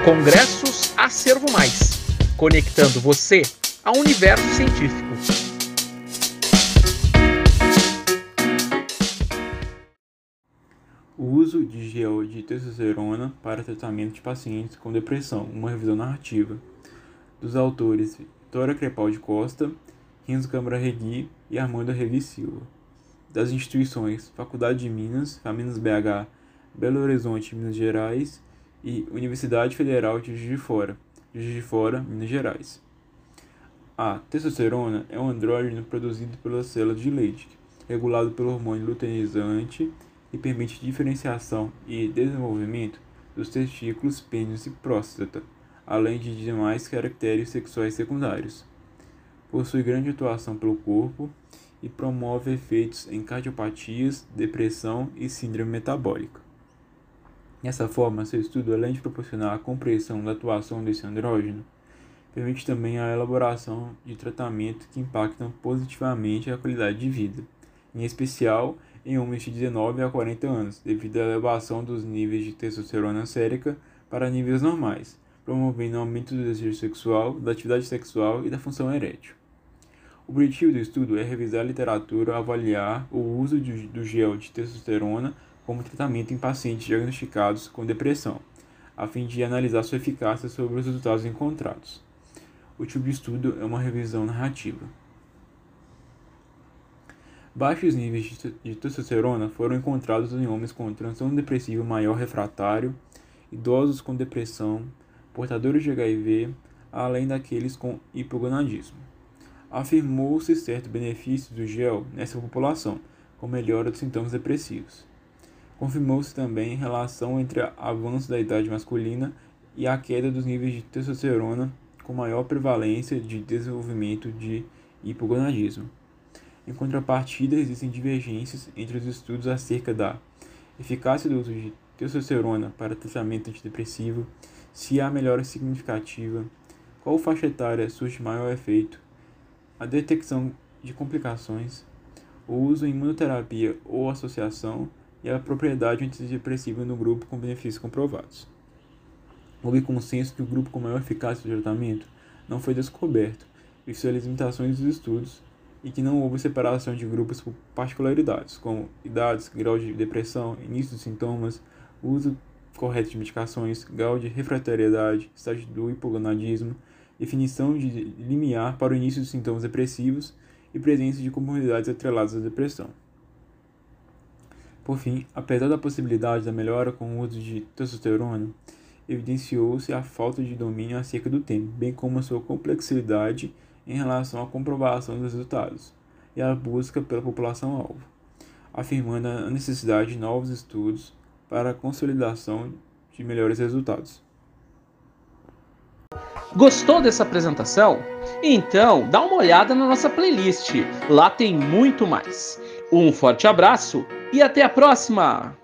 Congressos Acervo Mais, conectando você ao universo científico. O uso de gel de testosterona para tratamento de pacientes com depressão, uma revisão narrativa, dos autores Vitória Crepaldi Costa, Renzo Câmara Regui e Armando Revi Silva, das instituições Faculdade de Minas, Faminas BH, Belo Horizonte, Minas Gerais e Universidade Federal de Juiz de Fora, Minas Gerais. A testosterona é um andrógeno produzido pelas células de Leydig, regulado pelo hormônio luteinizante e permite diferenciação e desenvolvimento dos testículos, pênis e próstata, além de demais caracteres sexuais secundários. Possui grande atuação pelo corpo e promove efeitos em cardiopatias, depressão e síndrome metabólica. Dessa forma, seu estudo, além de proporcionar a compreensão da atuação desse andrógeno, permite também a elaboração de tratamentos que impactam positivamente a qualidade de vida, em especial em homens de 19 a 40 anos, devido à elevação dos níveis de testosterona sérica para níveis normais, promovendo o aumento do desejo sexual, da atividade sexual e da função erétil. O objetivo do estudo é revisar a literatura, avaliar o uso do gel de testosterona como tratamento em pacientes diagnosticados com depressão, a fim de analisar sua eficácia sobre os resultados encontrados. O tipo de estudo é uma revisão narrativa. Baixos níveis de testosterona foram encontrados em homens com transtorno depressivo maior refratário, idosos com depressão, portadores de HIV, além daqueles com hipogonadismo. Afirmou-se certo benefício do gel nessa população, com melhora dos sintomas depressivos. Confirmou-se também relação entre o avanço da idade masculina e a queda dos níveis de testosterona, com maior prevalência de desenvolvimento de hipogonadismo. Em contrapartida, existem divergências entre os estudos acerca da eficácia do uso de testosterona para tratamento antidepressivo, se há melhora significativa, qual faixa etária surge maior efeito, a detecção de complicações, o uso em imunoterapia ou associação e a propriedade antidepressiva no grupo com benefícios comprovados. Houve consenso que o grupo com maior eficácia do tratamento não foi descoberto, visto as limitações dos estudos, e que não houve separação de grupos por particularidades, como idades, grau de depressão, início dos sintomas, uso correto de medicações, grau de refratariedade, estágio do hipogonadismo, definição de limiar para o início dos sintomas depressivos e presença de comorbidades atreladas à depressão. Por fim, apesar da possibilidade da melhora com o uso de testosterona, evidenciou-se a falta de domínio acerca do tema, bem como a sua complexidade em relação à comprovação dos resultados e a busca pela população-alvo, afirmando a necessidade de novos estudos para a consolidação de melhores resultados. Gostou dessa apresentação? Então, dá uma olhada na nossa playlist. Lá tem muito mais. Um forte abraço e até a próxima!